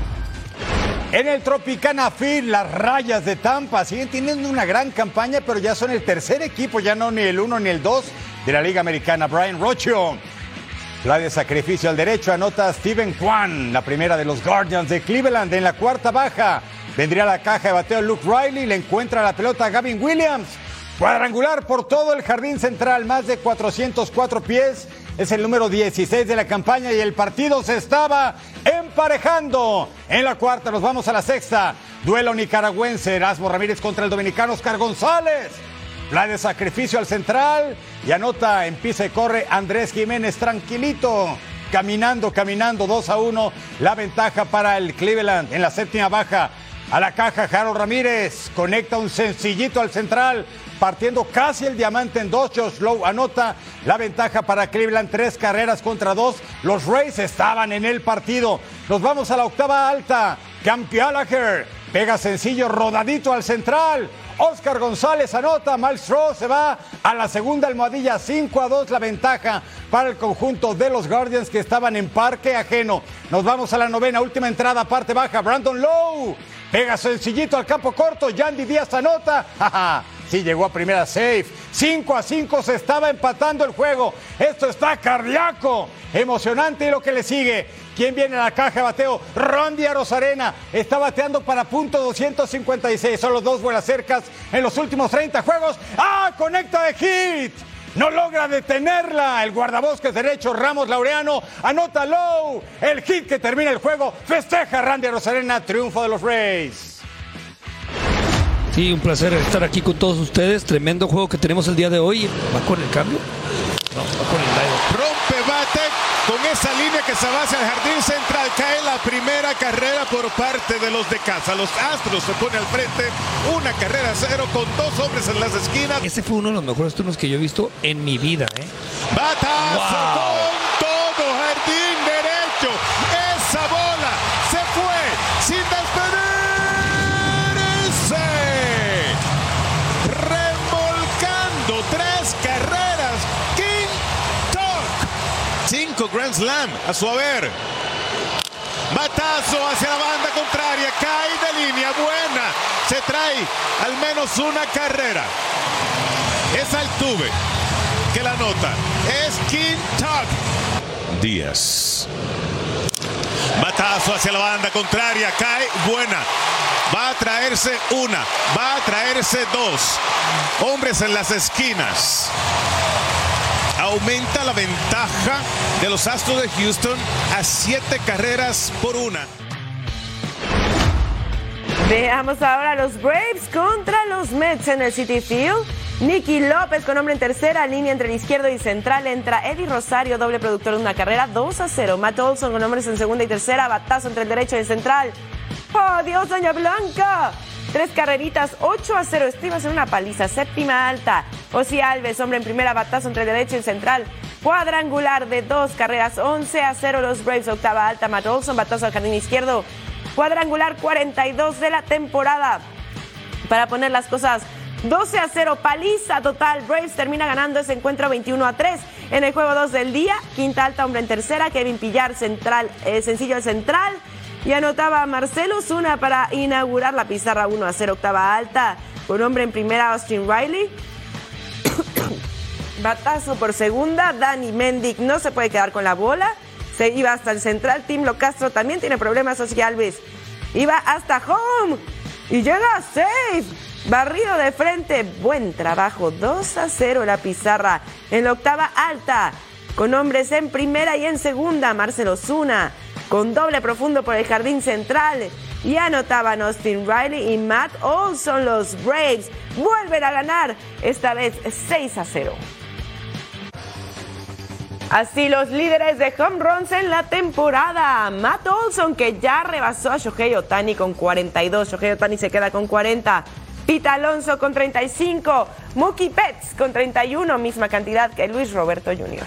En el Tropicana Field, las Rayas de Tampa siguen teniendo una gran campaña, pero ya son el tercer equipo, ya no ni el uno ni el dos de la Liga Americana. Brian Rocchio. La de sacrificio al derecho anota Steven Kwan, la primera de los Guardians de Cleveland. En la cuarta baja vendría la caja de bateo Luke Riley, le encuentra la pelota a Gavin Williams. Cuadrangular por todo el jardín central, más de cuatrocientos cuatro pies. Es el número dieciséis de la campaña y el partido se estaba emparejando. En la cuarta nos vamos a la sexta. Duelo nicaragüense, Erasmo Ramírez contra el dominicano Oscar González. La de sacrificio al central y anota, empieza y corre Andrés Jiménez tranquilito, caminando, caminando, dos a uno, la ventaja para el Cleveland. En la séptima baja, a la caja Harold Ramírez, conecta un sencillito al central, partiendo casi el diamante en dos. Josh Lowe anota, la ventaja para Cleveland, tres carreras contra dos. Los Rays estaban en el partido. Nos vamos a la octava alta, Cam Gallagher pega sencillo, rodadito al central. Oscar González anota, Miles Straw se va a la segunda almohadilla, cinco a dos la ventaja para el conjunto de los Guardians que estaban en parque ajeno. Nos vamos a la novena, última entrada, parte baja, Brandon Lowe pega sencillito al campo corto, Yandy Díaz anota, jaja, sí llegó a primera safe, cinco a cinco se estaba empatando el juego. Esto está cardíaco, emocionante. Y lo que le sigue, ¿quién viene a la caja de bateo? Randy Arozarena está bateando para punto doscientos cincuenta y seis. Son los dos vuelas cercas en los últimos treinta juegos. ¡Ah! Conecta de hit. No logra detenerla. El guardabosques derecho Ramos Laureano anota Low. El hit que termina el juego. Festeja Randy Arozarena. Triunfo de los Rays. Sí, un placer estar aquí con todos ustedes. Tremendo juego que tenemos el día de hoy. ¿Va con el cambio? No, va con el live. Rompe bate con esa línea que se va hacia el jardín central. Cae la primera carrera por parte de los de casa. Los Astros se pone al frente. Una carrera cero con dos hombres en las esquinas. Ese fue uno de los mejores turnos que yo he visto en mi vida, ¿eh? Batazo Wow. con todo. Jardín derecho. Esa bola se fue sin despedirse. Remolcando tres carreras. King Tuck. Cinco Grand Slam a su haber. Batazo hacia la banda contraria. Cae de línea. Buena. Se trae al menos una carrera. Es Altuve que la nota. Es King Tuck. Díaz. Batazo hacia la banda contraria. Cae. Buena. Va a traerse una. Va a traerse dos. Hombres en las esquinas. Aumenta la ventaja de los Astros de Houston a siete carreras por una. Veamos ahora los Braves contra los Mets en el Citi Field. Nicky López con hombre en tercera, línea entre el izquierdo y central. Entra Eddie Rosario, doble productor de una carrera, dos a cero. Matt Olson con hombres en segunda y tercera, batazo entre el derecho y el central. ¡Oh, Dios, Doña Blanca! Tres carreritas, ocho a cero. Esto iba a ser una paliza. Séptima alta. Ozzy Alves, hombre en primera, batazo entre el derecho y el central. Cuadrangular de dos carreras, once a cero los Braves. Octava alta, Matt Olson, batazo al jardín izquierdo. Cuadrangular cuarenta y dos de la temporada. Para poner las cosas doce a cero, paliza total. Braves termina ganando ese encuentro veintiuno a tres. En el juego dos del día, quinta alta, hombre en tercera, Kevin Pillar, central, eh, sencillo al central. Y anotaba Marcelo Zuna para inaugurar la pizarra uno a cero, octava alta. Con hombre en primera, Austin Riley. Batazo por segunda, Danny Mendick no se puede quedar con la bola. Se iba hasta el central, Tim Locastro también tiene problemas, Ozzy Alves iba hasta home y llega a safe. Barrido de frente, buen trabajo, dos a cero la pizarra. En la octava alta, con hombres en primera y en segunda, Marcelo Zuna, con doble profundo por el jardín central. Y anotaban Austin Riley y Matt Olson. Los Braves vuelven a ganar, esta vez seis a cero. Así los líderes de home runs en la temporada. Matt Olson, que ya rebasó a Shohei Ohtani con cuarenta y dos. Shohei Ohtani se queda con cuarenta. Pete Alonso con treinta y cinco. Mookie Betts con treinta y uno, misma cantidad que Luis Roberto junior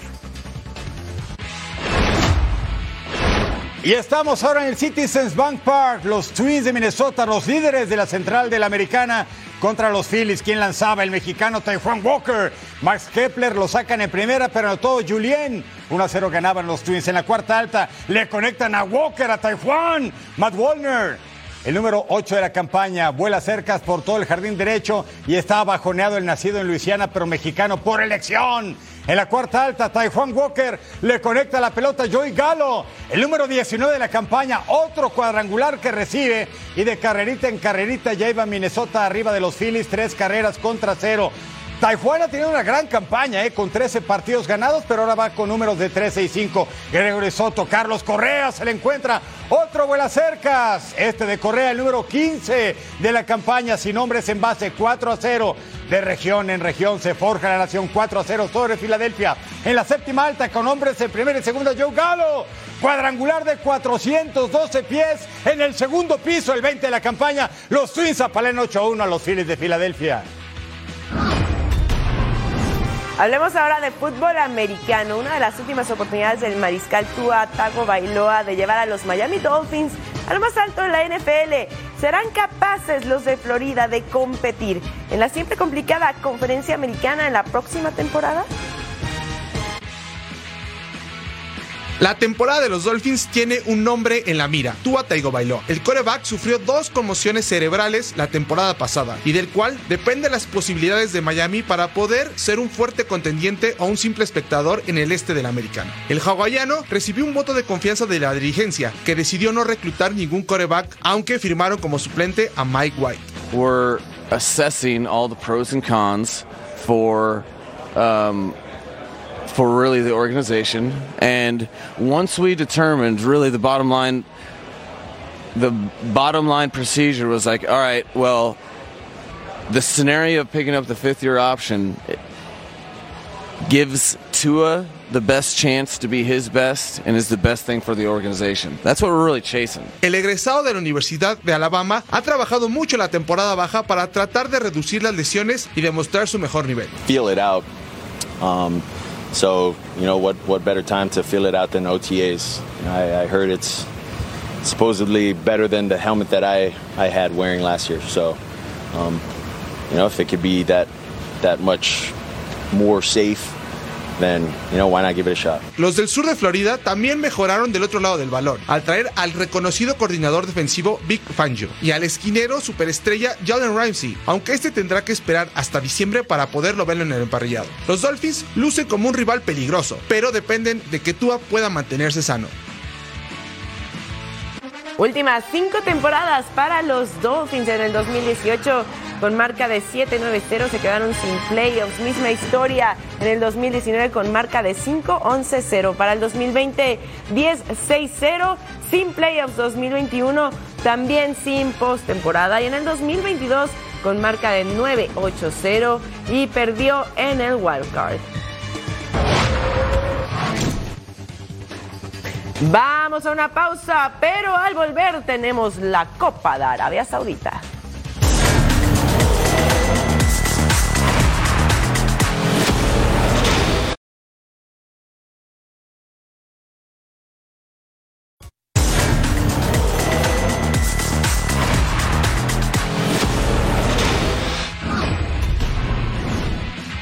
Y estamos ahora en el Citizens Bank Park. Los Twins de Minnesota, los líderes de la Central de la Americana, contra los Phillies. ¿Quién lanzaba? El mexicano Taijuan Walker. Max Kepler lo sacan en primera, pero anotó Julien. uno a cero ganaban los Twins. En la cuarta alta le conectan a Walker, a Taijuan. Matt Wallner, el número ocho de la campaña, vuela cercas por todo el jardín derecho y está bajoneado el nacido en Luisiana, pero mexicano por elección. En la cuarta alta, Taijuan Walker le conecta la pelota a Joey Gallo, el número diecinueve de la campaña, otro cuadrangular que recibe, y de carrerita en carrerita ya iba Minnesota arriba de los Phillies, tres carreras contra cero. Taijuan ha tenido una gran campaña, eh, con trece partidos ganados, pero ahora va con números de trece y cinco. Gregory Soto, Carlos Correa se le encuentra otro vuela cercas. Este de Correa, el número quince de la campaña, sin hombres en base, cuatro a cero. De región en región se forja la nación, cuatro a cero sobre Filadelfia. En la séptima alta, con hombres en primera y segunda, Joe Gallo. Cuadrangular de cuatrocientos doce pies en el segundo piso, el veinte de la campaña. Los Twins apalean ocho a uno a los Phillies de Filadelfia. Hablemos ahora de fútbol americano. Una de las últimas oportunidades del mariscal Tua Tagovailoa de llevar a los Miami Dolphins a lo más alto en la N F L. ¿Serán capaces los de Florida de competir en la siempre complicada conferencia americana en la próxima temporada? La temporada de los Dolphins tiene un nombre en la mira: Tua Tagovailoa. El quarterback sufrió dos conmociones cerebrales la temporada pasada, y del cual dependen las posibilidades de Miami para poder ser un fuerte contendiente o un simple espectador en el este de la americana. El hawaiano recibió un voto de confianza de la dirigencia, que decidió no reclutar ningún quarterback, aunque firmaron como suplente a Mike White. We're assessing all the pros and cons for um, for really the organization, and once we determined really the bottom line, the bottom line procedure was like, all right, well, the scenario of picking up the fifth year option gives Tua the best chance to be his best and is the best thing for the organization. That's what we're really chasing. El egresado de la Universidad de Alabama ha trabajado mucho la temporada baja para tratar de reducir las lesiones y demostrar su mejor nivel. Feel it out. Um, So, you know, what, what better time to feel it out than O T As? I, I heard it's supposedly better than the helmet that I, I had wearing last year. So, um, you know, if it could be that, that much more safe, then, you know, why not give it a shot? Los del sur de Florida también mejoraron del otro lado del balón, al traer al reconocido coordinador defensivo Vic Fangio y al esquinero superestrella Jalen Ramsey, aunque este tendrá que esperar hasta diciembre para poderlo verlo en el emparrillado. Los Dolphins lucen como un rival peligroso, pero dependen de que Tua pueda mantenerse sano. Últimas cinco temporadas para los Dolphins. En el dos mil dieciocho, con marca de siete nueve cero, se quedaron sin playoffs. Misma historia en el dos mil diecinueve con marca de cinco once cero. Para el dos mil veinte, diez seis cero, sin playoffs. dos mil veintiuno también sin postemporada. Y en el dos mil veintidós con marca de nueve ocho cero y perdió en el wildcard. Vamos a una pausa, pero al volver tenemos la Copa de Arabia Saudita.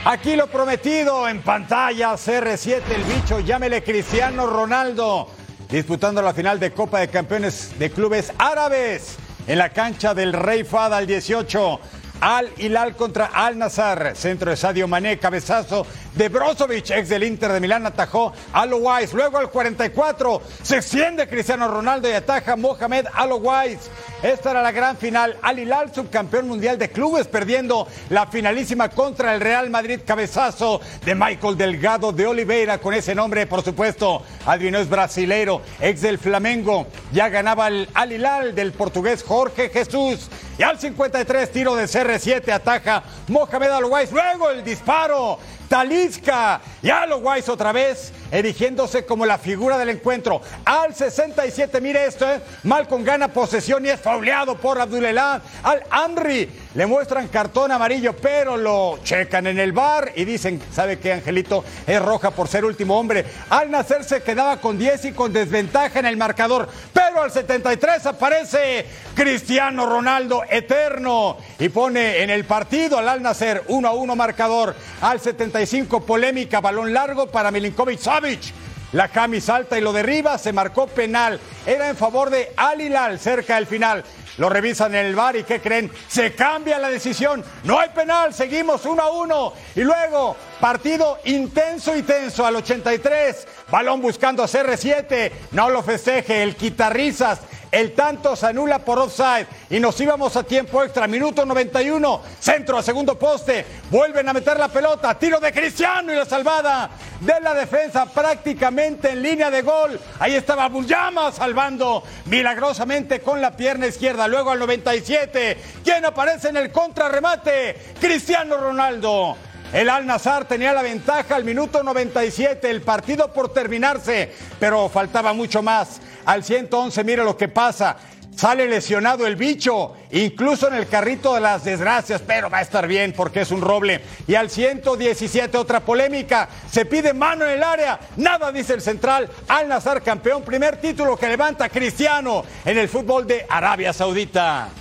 Aquí lo prometido en pantalla, C R siete, el bicho, llámele Cristiano Ronaldo, disputando la final de Copa de Campeones de Clubes Árabes en la cancha del Rey Fahd al dieciocho. Al Hilal contra Al Nassr, centro de Sadio Mané, cabezazo de Brozovic, ex del Inter de Milán, atajó Alois. Luego al cuarenta y cuatro se extiende Cristiano Ronaldo y ataja Mohamed Alois. Esta era la gran final. Al Hilal, subcampeón mundial de clubes, perdiendo la finalísima contra el Real Madrid, cabezazo de Michael Delgado de Oliveira, con ese nombre, por supuesto. Adriano es brasileiro, ex del Flamengo, ya ganaba el Al Hilal del portugués Jorge Jesús. Y al cincuenta y tres, tiro de C R siete, ataja Mohamed Alois. Luego el disparo, Talisca. Y Alois otra vez, erigiéndose como la figura del encuentro. Al sesenta y siete, mire esto, ¿eh? Malcom gana posesión y es fauleado por Abdullah Al-Amri. Le muestran cartón amarillo, pero lo checan en el V A R y dicen, ¿sabe qué, Angelito? Es roja por ser último hombre. Al Nassr se quedaba con diez y con desventaja en el marcador, pero al setenta y tres aparece Cristiano Ronaldo eterno y pone en el partido al Al Nassr uno a uno marcador. Al setenta y cinco, polémica, balón largo para Milinkovic Savic. La Cami salta y lo derriba, se marcó penal. Era en favor de Al Hilal cerca del final. Lo revisan en el V A R y ¿qué creen? Se cambia la decisión. No hay penal, seguimos uno a uno. Y luego, partido intenso y tenso al ochenta y tres. Balón buscando a C R siete. No lo festeje, el quitarrisas. El tanto se anula por offside y nos íbamos a tiempo extra. Minuto noventa y uno, centro a segundo poste. Vuelven a meter la pelota, tiro de Cristiano y la salvada de la defensa prácticamente en línea de gol. Ahí estaba Buyama salvando milagrosamente con la pierna izquierda. Luego al noventa y siete, ¿quién aparece en el contrarremate? Cristiano Ronaldo. El Al Nassr tenía la ventaja al minuto noventa y siete, el partido por terminarse, pero faltaba mucho más. Al ciento once, mire lo que pasa. Sale lesionado el bicho, incluso en el carrito de las desgracias, pero va a estar bien porque es un roble. Y al ciento diecisiete, otra polémica. Se pide mano en el área. Nada, dice el central. Al Nassr campeón, primer título que levanta Cristiano en el fútbol de Arabia Saudita.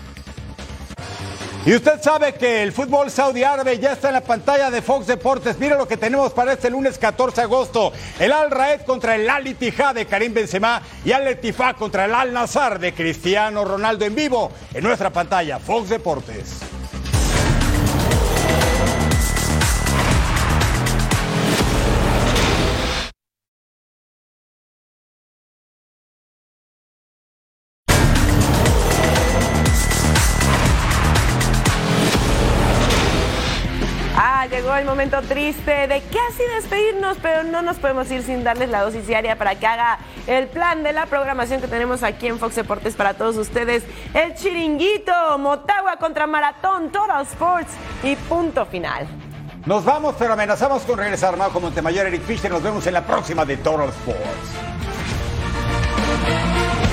Y usted sabe que el fútbol saudí árabe ya está en la pantalla de Fox Deportes. Mira lo que tenemos para este lunes catorce de agosto. El Al Raed contra el Al Ittihad de Karim Benzema y Al Ettifaq contra el Al Nassr de Cristiano Ronaldo en vivo en nuestra pantalla Fox Deportes. Llegó el momento triste de casi despedirnos, pero no nos podemos ir sin darles la dosis diaria para que haga el plan de la programación que tenemos aquí en Fox Deportes para todos ustedes. El Chiringuito, Motagua contra Maratón, Total Sports y punto final. Nos vamos, pero amenazamos con regresar. Marco Montemayor, Eric Fischer, nos vemos en la próxima de Total Sports.